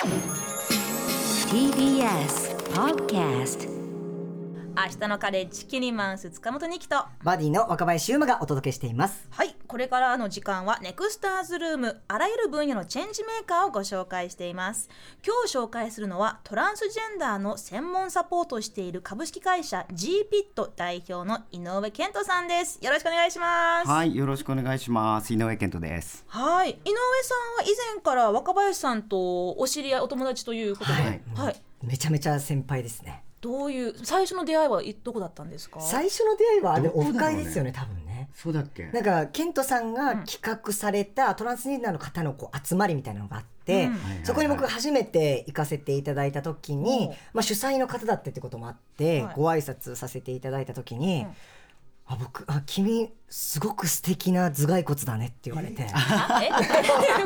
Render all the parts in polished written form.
TBS Podcast。 明日のカレッジキニマンス塚本二希と、 バディの若林優馬がお届けしています。 はい、これからの時間はネクスターズルーム、あらゆる分野のチェンジメーカーをご紹介しています。今日紹介するのはトランスジェンダーの専門サポートをしている株式会社 GPIT 代表の井上健人さんです。よろしくお願いします。 はい、よろしくお願いします。井上健人です。 はい、井上さんは以前から若林さんとお知り合い、お友達ということで、はい、 めちゃめちゃ先輩ですね。 どういう最初の出会いはどこだったんですか？ 最初の出会いはオフどこだろうね会ですよね、多分ね。 そうだっけ？ なんかケントさんが企画されたトランスジェンダーの方の集まりみたいなのがあって、そこに僕初めて行かせていただいた時に、主催の方だったってこともあって、ご挨拶させていただいた時に、君すごく素敵な頭蓋骨だねって言われて。覚えて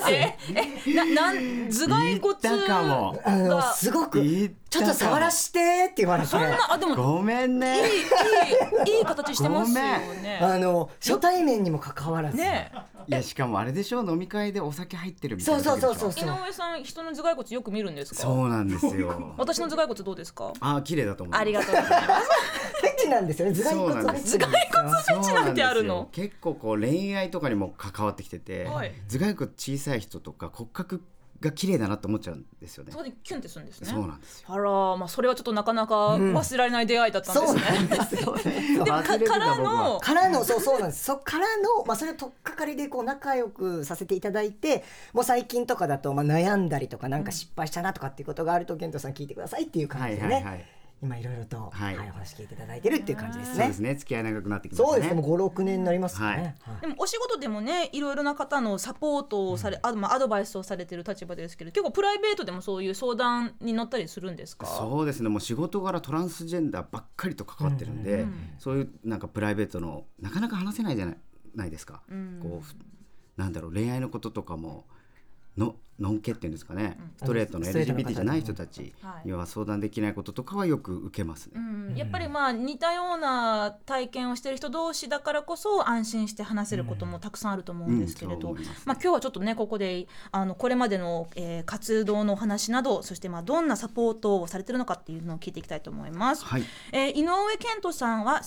ます？ 頭蓋骨言ったかも。 がすごくちょっと触らしてって言われて。 そんな、でもごめんね。 いい形してますよね。 初対面にもかかわらず。 ね。 いや、しかもあれでしょ、飲み会でお酒入ってるみたいな時でしょ。 そう井上さん、人の頭蓋骨よく見るんですか？ そうなんですよ。 私の頭蓋骨どうですか？ 綺麗だと思う。 ありがとうございます。 フェチなんですよね。頭蓋骨フェチ。 頭蓋骨フェチなんてあるの？ 結構恋愛とかにも関わってきてて、 はい、 頭蓋骨小さい人とか骨格が綺麗だなと思っちゃうんですよね。 そこでキュンってするんですね。 そうなんですよ。 あら、それはちょっとなかなか忘れられない出会いだったんですね。 そうなんですよ。 でもからのそうなんです。そっからのそれを取っかかりで仲良くさせていただいて、もう最近とかだと悩んだりとかなんか失敗したなとかっていうことがあると、ケントさん聞いてくださいっていう感じでね。今いろいろと、お話聞いていただいてるっていう感じですね。 そうですね。付き合い長くなってきましたね。 そうですね。もう5、6年になりますかね。 でもお仕事でもね、いろいろな方のサポートをされ、アドバイスをされてる立場ですけど、結構プライベートでもそういう相談に乗ったりするんですか？ そうですね。もう仕事柄トランスジェンダーばっかりと関わってるんで、そういうなんかプライベートのなかなか話せないじゃないですか。なんだろう、恋愛のこととかものんけっていうんですかね、ストレートの LGBT じゃない人たちには相談できないこととかはよく受けますね。 やっぱり似たような体験をしている人同士だからこそ安心して話せることもたくさんあると思うんですけれど、今日はちょっとね、ここでこれまでの、活動のお話など、そしてどんなサポートをされているのかっていうのを聞いていきたいと思います。井上健人さんは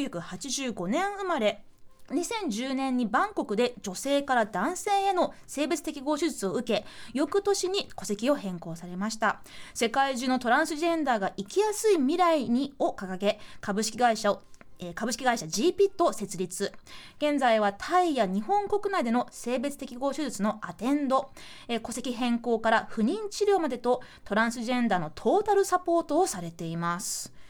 1985年生まれ、2010年にバンコクで女性から男性への性別適合手術を受け、翌年に戸籍を変更されました。世界中のトランスジェンダーが生きやすい未来にを掲げ、株式会社 GPIT を設立。現在はタイや日本国内での性別適合手術のアテンド、戸籍変更から不妊治療までとトランスジェンダーのトータルサポートをされています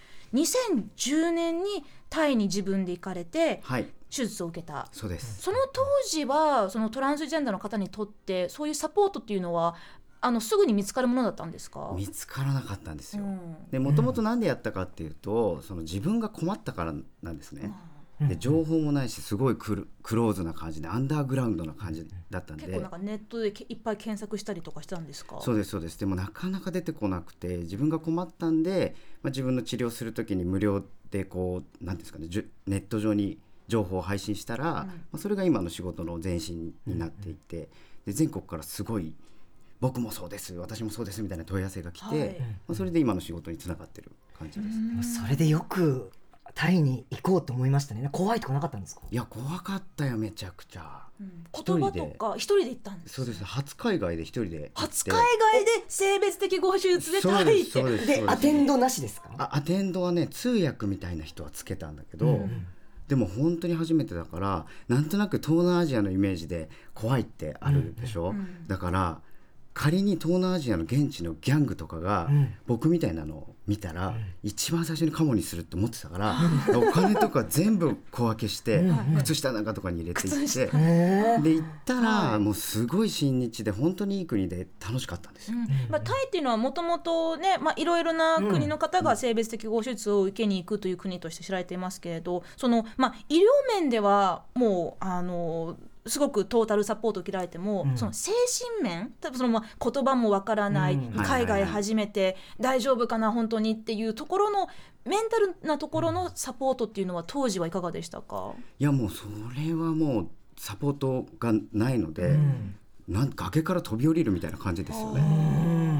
。2010年にタイに自分で行かれて、手術を受けた。 そうです。 その当時はそのトランスジェンダーの方にとってそういうサポートっていうのはすぐに見つかるものだったんですか？ 見つからなかったんですよ。で、もともとなんでやったかっていうと、その自分が困ったからなんですね。で、情報もないし、すごいクローズな感じでアンダーグラウンドな感じだったんで、 結構なんかネットでいっぱい検索したりとかしたんですか？ そうですそうです。でもなかなか出てこなくて、自分が困ったんで、自分の治療するときに無料でなんですかね、ネット上に情報を配信したら、それが今の仕事の前身になっていて、で全国からすごい僕もそうです、私もそうですみたいな問い合わせが来て、それで今の仕事につながってる感じですね。 それでよくタイに行こうと思いましたね。怖いとかなかったんですか？ いや、怖かったよ、めちゃくちゃ。 言葉とか一人で行ったんですか？ そうです。初海外で一人で行って。 初海外で性別適合手術でタイって。 でアテンドなしですか？ アテンドはね、通訳みたいな人はつけたんだけど、でも本当に初めてだから、なんとなく東南アジアのイメージで怖いってあるでしょ。だから仮に東南アジアの現地のギャングとかが僕みたいなのを見たら、一番最初にカモにするって思ってたから、お金とか全部小分けして靴下なんかとかに入れていって、で行ったらもうすごい親日で本当にいい国で楽しかったんですよ。 タイっていうのはもともとね、いろいろな国の方が性別適合手術を受けに行くという国として知られていますけれど、その医療面ではもうすごくトータルサポートを受けられても、その精神面、多分言葉もわからない、海外初めて大丈夫かな本当にっていうところのメンタルなところのサポートっていうのは当時はいかがでしたか？ いや、もうそれはもうサポートがないので、崖から飛び降りるみたいな感じですよね。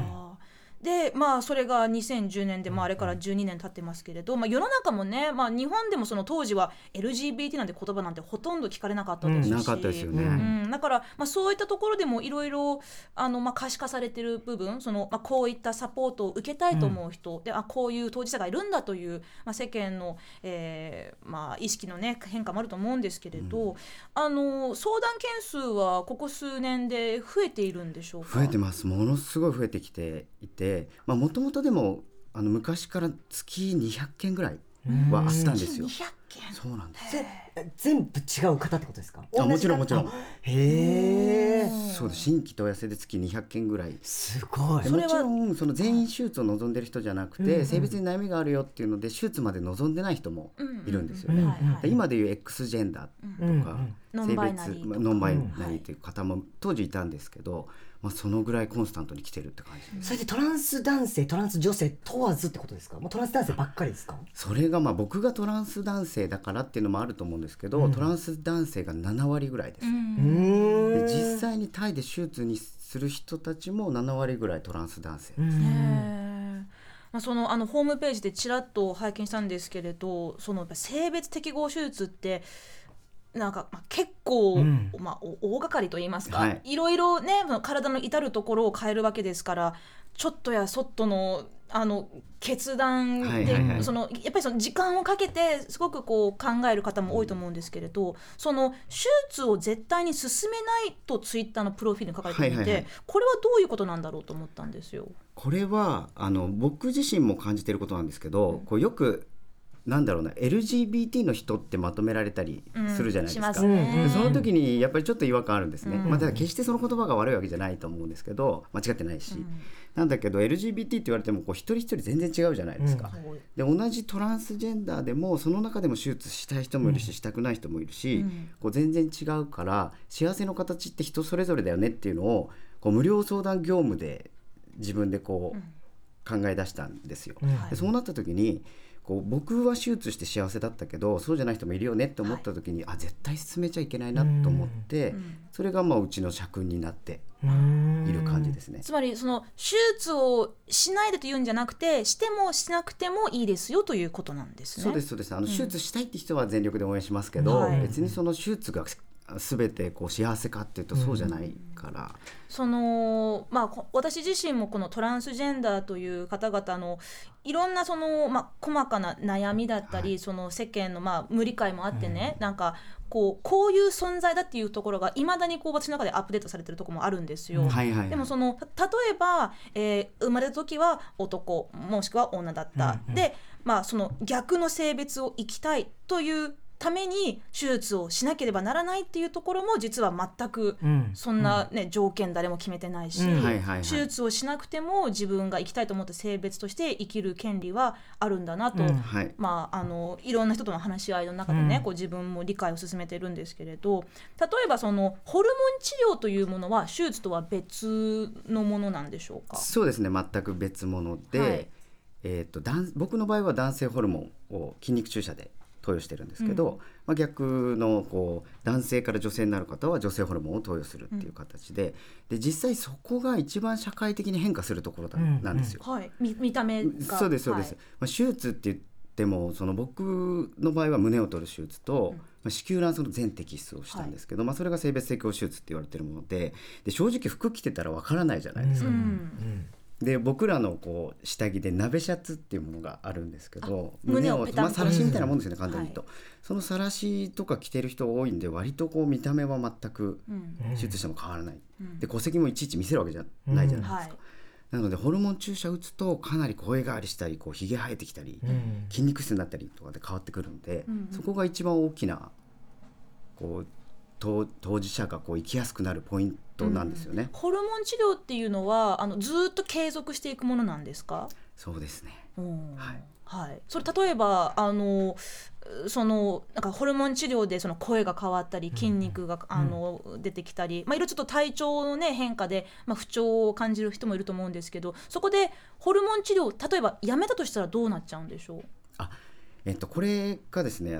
でそれが2010年で、あれから12年経ってますけれど、世の中もね、日本でもその当時は LGBT なんて言葉なんてほとんど聞かれなかったですし、 なかったですよね、 だから、そういったところでもいろいろ可視化されてる部分、こういったサポートを受けたいと思う人、でこういう当事者がいるんだという、世間の、意識の、変化もあると思うんですけれど、相談件数はここ数年で増えているんでしょうか？ 増えてます。ものすごい増えてきていて、もともとでも昔から月200件ぐらいはあったんですよ。 200件。 そうなんです。 全部違う方ってことですか？ もちろんもちろん。 へえ。 そうです。新規問い合わせで月200件ぐらい。 すごい。 もちろんその全員手術を望んでる人じゃなくて、性別に悩みがあるよっていうので手術まで望んでない人もいるんですよね。で今でいう X ジェンダーとか、 ノンバイナリーとかノンバイナリーという方も当時いたんですけど、そのぐらいコンスタントに来てるって感じです。 それでトランス男性トランス女性問わずってことですか？もうトランス男性ばっかりですか？ それが僕がトランス男性だからっていうのもあると思うんですけど、トランス男性が7割ぐらいです。で実際にタイで手術にする人たちも7割ぐらいトランス男性です。 そのホームページでちらっと拝見したんですけれど、その性別適合手術ってなんか結構、大掛かりと言いますか、いろいろね体の至るところを変えるわけですから、ちょっとやそっとの決断で、やっぱりその時間をかけてすごく考える方も多いと思うんですけれど、その手術を絶対に進めないとツイッターのプロフィールに書かれていて、これはどういうことなんだろうと思ったんですよ。 これは僕自身も感じていることなんですけど、よくLGBT の人ってまとめられたりするじゃないですか。でその時にやっぱりちょっと違和感あるんですね。だから決してその言葉が悪いわけじゃないと思うんですけど、間違ってないし、なんだけど LGBT って言われても一人一人全然違うじゃないですか。で同じトランスジェンダーでもその中でも手術したい人もいるし、したくない人もいるし、全然違うから幸せの形って人それぞれだよねっていうのを無料相談業務で自分で考え出したんですよ。でそうなった時に僕は手術して幸せだったけどそうじゃない人もいるよねって思った時に、絶対進めちゃいけないなと思って、それがうちの社訓になっている感じですね。 つまりその手術をしないでというんじゃなくて、してもしなくてもいいですよということなんですね。 そうですそうです。手術したいって人は全力で応援しますけど、別にその手術が全て幸せかっていうとそうじゃないから、私自身もこのトランスジェンダーという方々のいろんな細かな悩みだったり、その世間の無理解もあってね、なんかこういう存在だっていうところがいまだに私の中でアップデートされてるところもあるんですよ。でも例えば、生まれた時は男もしくは女だった、でその逆の性別を生きたいというために手術をしなければならないっていうところも実は全くそんな、条件誰も決めてないし、手術をしなくても自分が生きたいと思った性別として生きる権利はあるんだなと、いろんな人との話し合いの中でね、自分も理解を進めてるんですけれど、例えばそのホルモン治療というものは手術とは別のものなんでしょうか？そうですね、全く別物で、僕の場合は男性ホルモンを筋肉注射で投与してるんですけど、逆の男性から女性になる方は女性ホルモンを投与するっていう形で、実際そこが一番社会的に変化するところなんですよ。 見た目がそうですそうです。手術って言っても僕の場合は胸を取る手術と、子宮卵巣の全摘出をしたんですけど、それが性別適合手術って言われてるもので、正直服着てたらわからないじゃないですか。で僕らの下着で鍋シャツっていうものがあるんですけど、 胸をペタンとさらしみたいなもんですよね、簡単に言うと。そのさらしとか着てる人多いんで、割と見た目は全く手術しても変わらない、で戸籍もいちいち見せるわけじゃないじゃないですか。なのでホルモン注射打つとかなり声変わりしたりひげ生えてきたり、筋肉質になったりとかで変わってくるんで、そこが一番大きな当事者が生きやすくなるポイントなんですよね。 ホルモン治療っていうのはずっと継続していくものなんですか？ そうですね。 それ例えばなんかホルモン治療で声が変わったり筋肉が出てきたり、いろいろちょっと体調の、変化で、不調を感じる人もいると思うんですけど、そこでホルモン治療例えばやめたとしたらどうなっちゃうんでしょう？ これがですね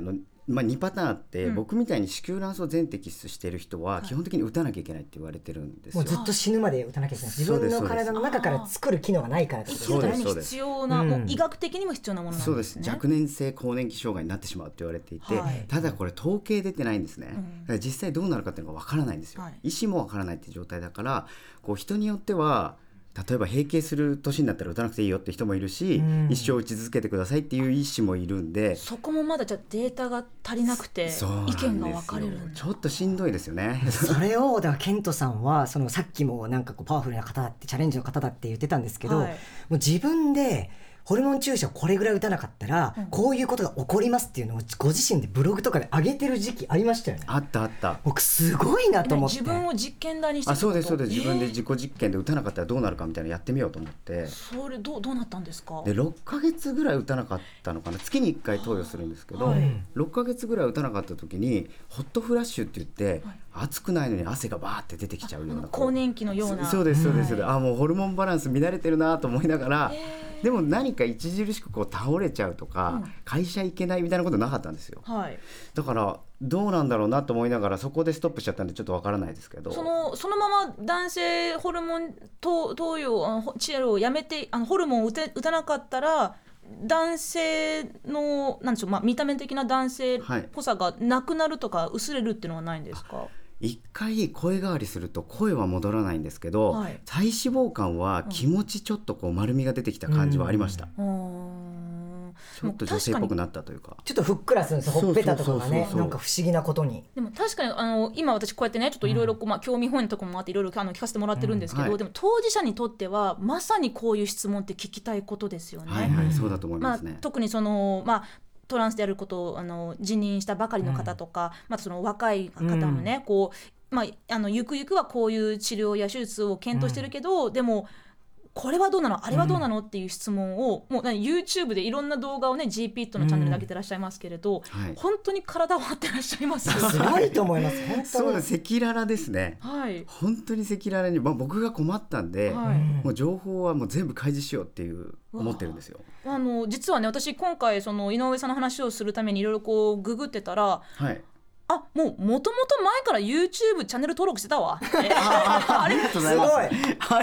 2パターンあって、僕みたいに子宮卵巣全摘出してる人は基本的に打たなきゃいけないって言われてるんですよ。 もうずっと死ぬまで打たなきゃいけない。自分の体の中から作る機能がないからってこと生きるために必要な、もう医学的にも必要なものなんですね。 そうです。若年性更年期障害になってしまうって言われていて、ただこれ統計出てないんですね。だから実際どうなるかっていうのが分からないんですよ。医師も分からないっていう状態だから、こう人によっては例えば閉経する年になったら打たなくていいよって人もいるし、一生打ち続けてくださいっていう医師もいるんで、 そこもまだじゃあデータが足りなくて意見が分かれるんだ。 ちょっとしんどいですよね。 それをだからケントさんはさっきもなんかこうパワフルな方だってチャレンジの方だって言ってたんですけど、もう自分でホルモン注射をこれぐらい打たなかったら、こういうことが起こりますっていうのをご自身でブログとかで上げてる時期ありましたよね。 あったあった。 僕すごいなと思って。 自分を実験台にしてそうですそうです。自分で自己実験で打たなかったらどうなるかみたいなのやってみようと思って。 それどうなったんですか？ で6ヶ月ぐらい打たなかったのかな。月に1回投与するんですけど、6ヶ月ぐらい打たなかった時にホットフラッシュって言って、暑くないのに汗がバーって出てきちゃうような更年期のような。 そうですそうです。もうホルモンバランス乱れてるなと思いながら、でも何か著しくこう倒れちゃうとか、会社行けないみたいなことなかったんですよ。だからどうなんだろうなと思いながら、そこでストップしちゃったんでちょっとわからないですけど、 そのまま男性ホルモン投与治療をやめてホルモンを打たなかったら男性のなんでしょう、見た目的な男性っぽさがなくなるとか薄れるっていうのはないんですか？ 一回声変わりすると声は戻らないんですけど、体脂肪肝は気持ちちょっとこう丸みが出てきた感じはありました。ちょっと女性っぽくなったというか、 ちょっとふっくらするんですよ、ほっぺたとかがね。なんか不思議なことに。 でも確かに今私こうやってねちょっといろいろ興味本位のところもあっていろいろ聞かせてもらってるんですけど、でも当事者にとってはまさにこういう質問って聞きたいことですよね。 そうだと思いますね。 特にトランスであることを辞任したばかりの方とか、またその若い方もね、こうゆくゆくはこういう治療や手術を検討してるけど、でもこれはどうなのあれはどうなのっていう質問を、もうYouTube でいろんな動画をね GPIT のチャンネルで上げてらっしゃいますけれど、本当に体を張ってらっしゃいますよね。 すごいと思います。本当にそうです。赤裸々ですね。本当に赤裸々に、僕が困ったんで、もう情報はもう全部開示しようっていう思ってるんですよ。 実はね、私今回その井上さんの話をするためにいろいろこうググってたら、もともと前から YouTube チャンネル登録してたわ。 ありがとうございます。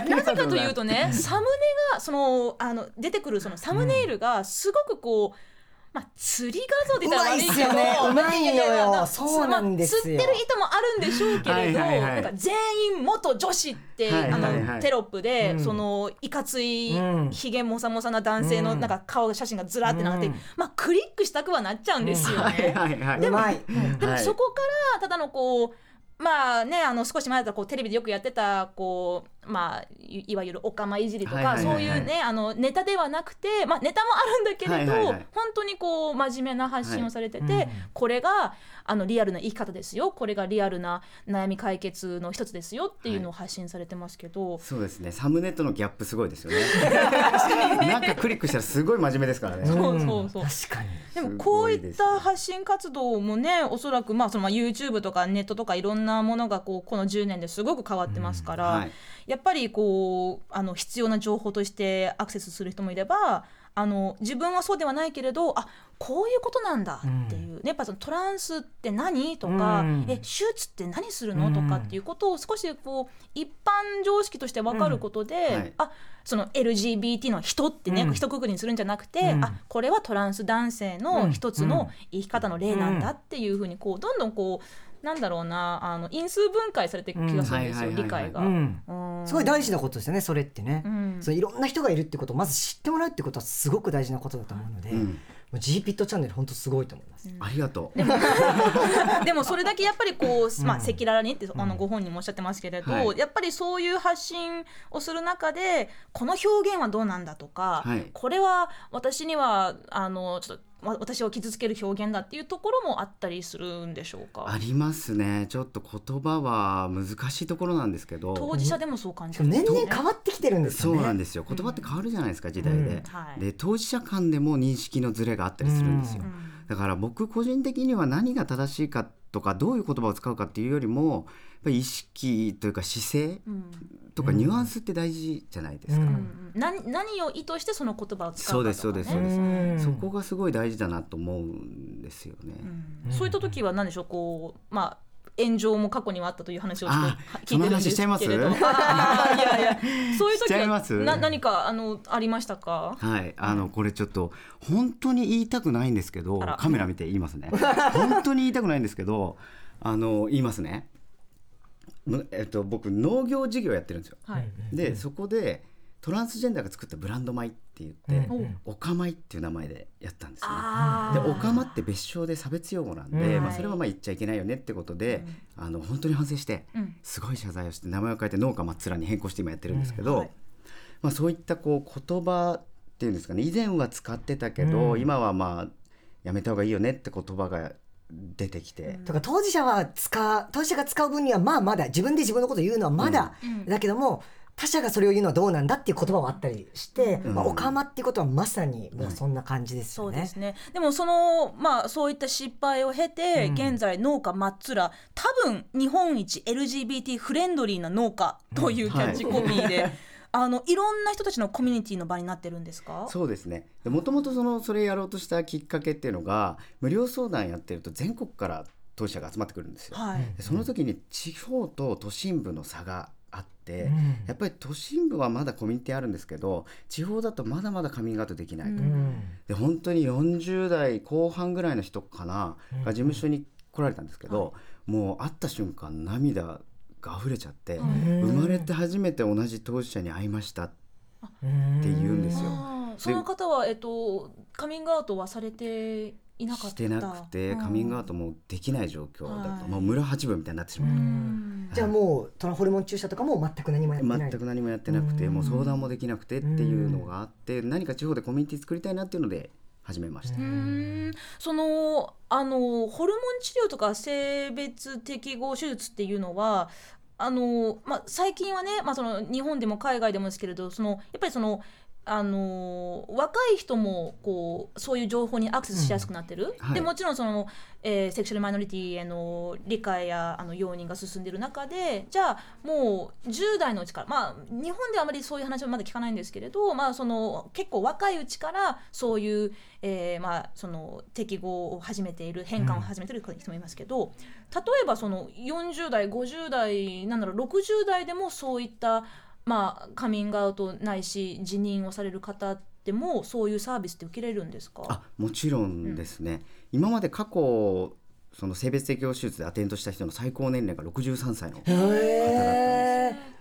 なぜかというとね、サムネが出てくるそのサムネイルがすごくこう、釣り画像で言ったら悪いけど、 うまいのよ。そうなんですよ。 釣ってる意図もあるんでしょうけれど、なんか全員元女子ってテロップで、そのいかついひげもさもさな男性のなんか顔写真がずらってなって、クリックしたくはなっちゃうんですよね。でもそこからただのこう少し前だったらこうテレビでよくやってたこう、いわゆるオカマいじりとか、そういうねネタではなくて、ネタもあるんだけれど、本当にこう真面目な発信をされてて、これがリアルな生き方ですよ、これがリアルな悩み解決の一つですよっていうのを発信されてますけど、 そうですね。サムネとのギャップすごいですよね。なんかクリックしたらすごい真面目ですからね。 確かに。 でもこういった発信活動もね、おそらくYouTube とかネットとかいろんなものがこの10年ですごく変わってますから、やっぱりこう必要な情報としてアクセスする人もいれば、自分はそうではないけれど、こういうことなんだっていう、やっぱそのトランスって何とか、手術って何するのとかっていうことを少しこう一般常識として分かることで、その LGBT の人ってね、一括りにするんじゃなくて、これはトランス男性の一つの生き方の例なんだっていうふうにこうどんどんこうなんだろうな、因数分解されていく気がするんですよ、理解が。 すごい大事なことですよね、それってね。いろんな人がいるってことをまず知ってもらうってことはすごく大事なことだと思うので、GPIT チャンネル本当すごいと思います。 ありがとう。 でもそれだけやっぱりこう、赤裸々にってご本人もおっしゃってますけれど、やっぱりそういう発信をする中でこの表現はどうなんだとか、これは私にはちょっと私を傷つける表現だっていうところもあったりするんでしょうか？ ありますね。ちょっと言葉は難しいところなんですけど、 当事者でもそう感じるんですね。年々変わってきてるんですよね。 そうなんですよ。言葉って変わるじゃないですか、時代で。で当事者間でも認識のズレがあったりするんですよ。だから僕個人的には何が正しいかとかどういう言葉を使うかっていうよりもやっぱり意識というか姿勢とかニュアンスって大事じゃないですか、 何を意図してその言葉を使うかとか、ね、 そうですそうですそこがすごい大事だなと思うんですよね、 そういった時は何でしょう、こう炎上も過去にはあったという話をちょっと聞いてるんですけれど、いやそういう時は何かありましたか？ はい、これちょっと本当に言いたくないんですけど、カメラ見て言いますね本当に言いたくないんですけど言いますね。僕農業事業やってるんですよ、でそこでトランスジェンダーが作ったブランド米って言って、オカ米っていう名前でやったんですよね。でオカマって別称で差別用語なんで、それは言っちゃいけないよねってことで、本当に反省してすごい謝罪をして名前を変えて農家まっつらに変更して今やってるんですけど、そういった言葉っていうんですかね、以前は使ってたけど、今はやめた方がいいよねって言葉が出てきて、 とか当事者が使う分にはまだ自分で自分のことを言うのはまだ、だけども他者がそれを言うのはどうなんだっていう言葉もあったりして、オカマっていうことはまさにもうそんな感じですよね。 そうですね。でもそういった失敗を経て、現在農家まっつら多分日本一 LGBT フレンドリーな農家というキャッチコピーで、いろんな人たちのコミュニティの場になってるんですか？ そうですね。もともとそれやろうとしたきっかけっていうのが、無料相談やってると全国から当事者が集まってくるんですよ、その時に地方と都心部の差があって、やっぱり都心部はまだコミュニティあるんですけど、地方だとまだまだカミングアウトできないと、で本当に40代後半ぐらいの人かなが事務所に来られたんですけど、もう会った瞬間涙が溢れちゃって、生まれて初めて同じ当事者に会いましたって言うんですよ。 その方は、カミングアウトはされていなかった？ してなくて、カミングアウトもできない状況だと、もう村八分みたいになってしまう、 じゃあもうホルモン注射とかも全く何もやってない？ 全く何もやってなくて、もう相談もできなくてっていうのがあって、何か地方でコミュニティ作りたいなっていうので始めました。 ホルモン治療とか性別適合手術っていうのは最近はね、日本でも海外でもですけれど、やっぱり若い人もそういう情報にアクセスしやすくなってる、でもちろんセクシャルマイノリティへの理解や容認が進んでいる中で、じゃあもう10代のうちから、日本ではあまりそういう話はまだ聞かないんですけれど、結構若いうちからそういう、適合を始めている、変換を始めている人もいますけど、例えば40代50代60代でもそういったカミングアウトないし辞任をされる方でもそういうサービスって受けれるんですか？ もちろんですね、今まで過去性別適合手術でアテンドした人の最高年齢が63歳の方だったんですよ。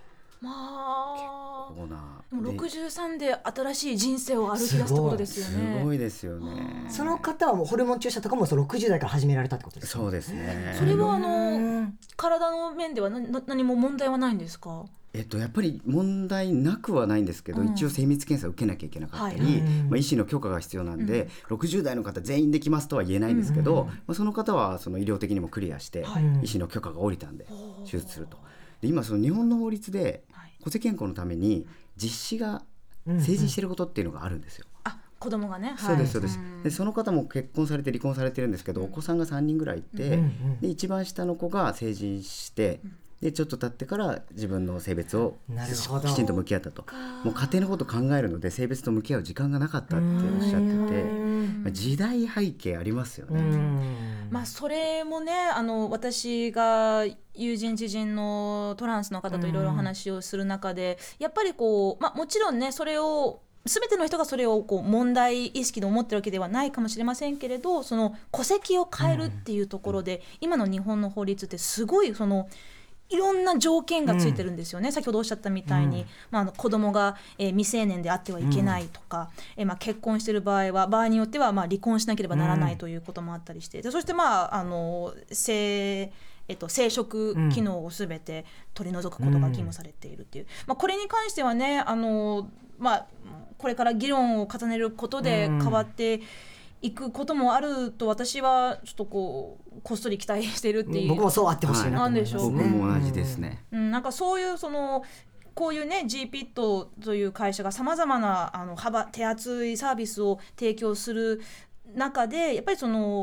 でも63で新しい人生を歩き出すってことですよね。 すごいですよね。 その方はもうホルモン注射とかも60代から始められたってことですか？ そうですね。 それは体の面では何も問題はないんですか？ やっぱり問題なくはないんですけど、一応精密検査を受けなきゃいけなかったり、医師の許可が必要なんで、60代の方全員できますとは言えないんですけど、その方は医療的にもクリアして、医師の許可が下りたんで手術すると。で今日本の法律で戸籍健康のために実子が成人していることっていうのがあるんですよ。 子供がね、 そうですそうです。でその方も結婚されて離婚されてるんですけど、お子さんが3人ぐらいいて、で一番下の子が成人して、でちょっと経ってから自分の性別をきちんと向き合ったと。もう家庭のことを考えるので性別と向き合う時間がなかったっておっしゃってて、時代背景ありますよね。 それもね、私が友人知人のトランスの方といろいろ話をする中で、やっぱりもちろんね、それを全ての人がそれを問題意識で思ってるわけではないかもしれませんけれど、その戸籍を変えるっていうところで、今の日本の法律ってすごいいろんな条件がついてるんですよね、先ほどおっしゃったみたいに、子供が、未成年であってはいけないとか、結婚している場合によっては離婚しなければならないということもあったりして、でそして生殖機能をすべて取り除くことが義務されているっていう、これに関してはね、これから議論を重ねることで変わっていくこともあると私はちょっとこっそり期待しているっていう。 僕もそうあってほしいなと思いますね。 僕も同じですね。 なんかそういうこういうね GPIT という会社がさまざまな手厚いサービスを提供する中で、やっぱり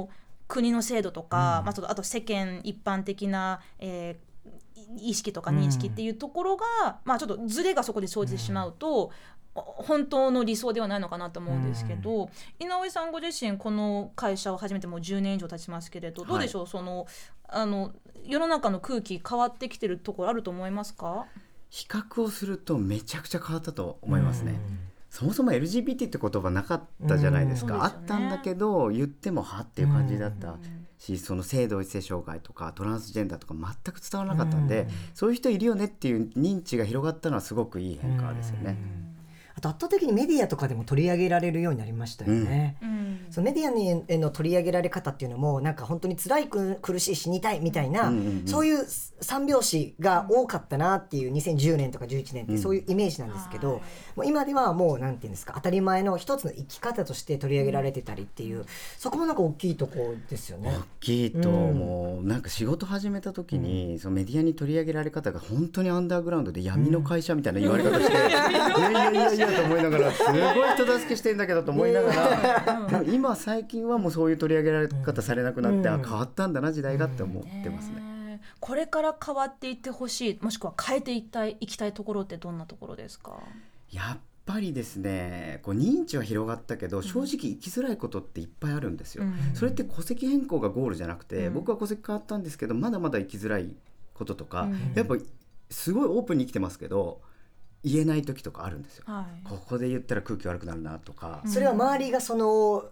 国の制度とか、あと世間一般的な、意識とか認識っていうところが、ちょっとズレがそこで生じてしまうと、本当の理想ではないのかなと思うんですけど、井上さんご自身この会社を始めてもう10年以上経ちますけれど、どうでしょう、世の中の空気変わってきてるところあると思いますか？ 比較をするとめちゃくちゃ変わったと思いますね。そもそも LGBT って言葉なかったじゃないですか。あったんだけど言ってもはっていう感じだったし、その性同一性障害とかトランスジェンダーとか全く伝わらなかったんで、そういう人いるよねっていう認知が広がったのはすごくいい変化ですよね。 あと圧倒的にメディアとかでも取り上げられるようになりましたよね。そのメディアへの取り上げられ方っていうのもなんか本当に辛い苦しい死にたいみたいな、そういう三拍子が多かったなっていう2010年とか11年ってそういうイメージなんですけど、もう今ではもうなんていうんですか、当たり前の一つの生き方として取り上げられてたりっていう、そこもなんか大きいとこですよね。 大きいと思う。なんか仕事始めた時に、そのメディアに取り上げられ方が本当にアンダーグラウンドで闇の会社みたいな言われ方して、いやと思いながら、すごい人助けしてんだけどと思いながら、でも今最近はもうそういう取り上げられ方されなくなって、変わったんだな時代がって思ってますね。 これから変わっていってほしい、もしくは変えていきたいところってどんなところですか？ やっぱりですね、こう認知は広がったけど正直生きづらいことっていっぱいあるんですよ。それって戸籍変更がゴールじゃなくて、僕は戸籍変わったんですけどまだまだ生きづらいこととか、やっぱすごいオープンに生きてますけど言えない時とかあるんですよ。ここで言ったら空気悪くなるなとか、 それは周りがその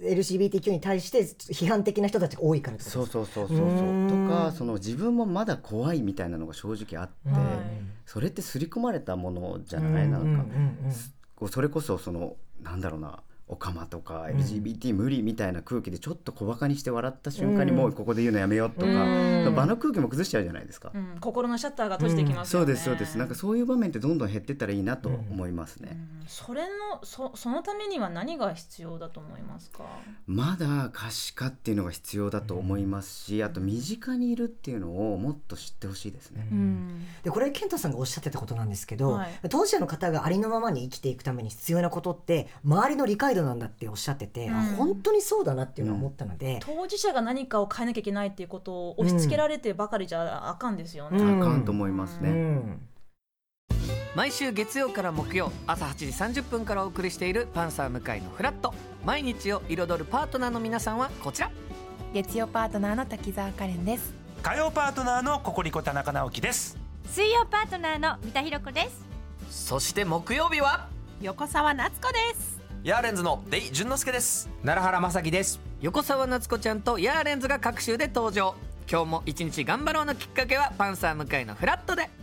LGBTQ に対して批判的な人たちが多いからってことですか？ そうとか、その自分もまだ怖いみたいなのが正直あって、それって刷り込まれたものじゃない、なんかそれこそそのなんだろうな、オカマとか LGBT 無理みたいな空気でちょっと小バカにして笑った瞬間にもうここで言うのやめようとか、場の空気も崩しちゃうじゃないですか。 心のシャッターが閉じてきますよね。 そうです。なんかそういう場面ってどんどん減っていったらいいなと思いますね。 そのためには何が必要だと思いますか？ まだ可視化っていうのが必要だと思いますし、あと身近にいるっていうのをもっと知ってほしいですね。 でこれ健太さんがおっしゃってたことなんですけど、当事者の方がありのままに生きていくために必要なことって周りの理解度なんだっておっしゃってて、本当にそうだなっていうのを思ったので、 当事者が何かを変えなきゃいけないっていうことを押し付けられてばかりじゃあかんですよね。 あかんと思いますね。 毎週月曜から木曜朝8時30分からお送りしているパンサー向井のフラット。毎日を彩るパートナーの皆さんはこちら。 月曜パートナーの滝沢カレンです。 火曜パートナーのココリコ田中直樹です。 水曜パートナーの三田寛子です。 そして木曜日は横澤夏子です。 ヤーレンズのデイ淳之介です。 奈良原正樹です。 横澤夏子ちゃんとヤーレンズが各週で登場。今日も一日頑張ろうのきっかけはパンサー向井のフラットで。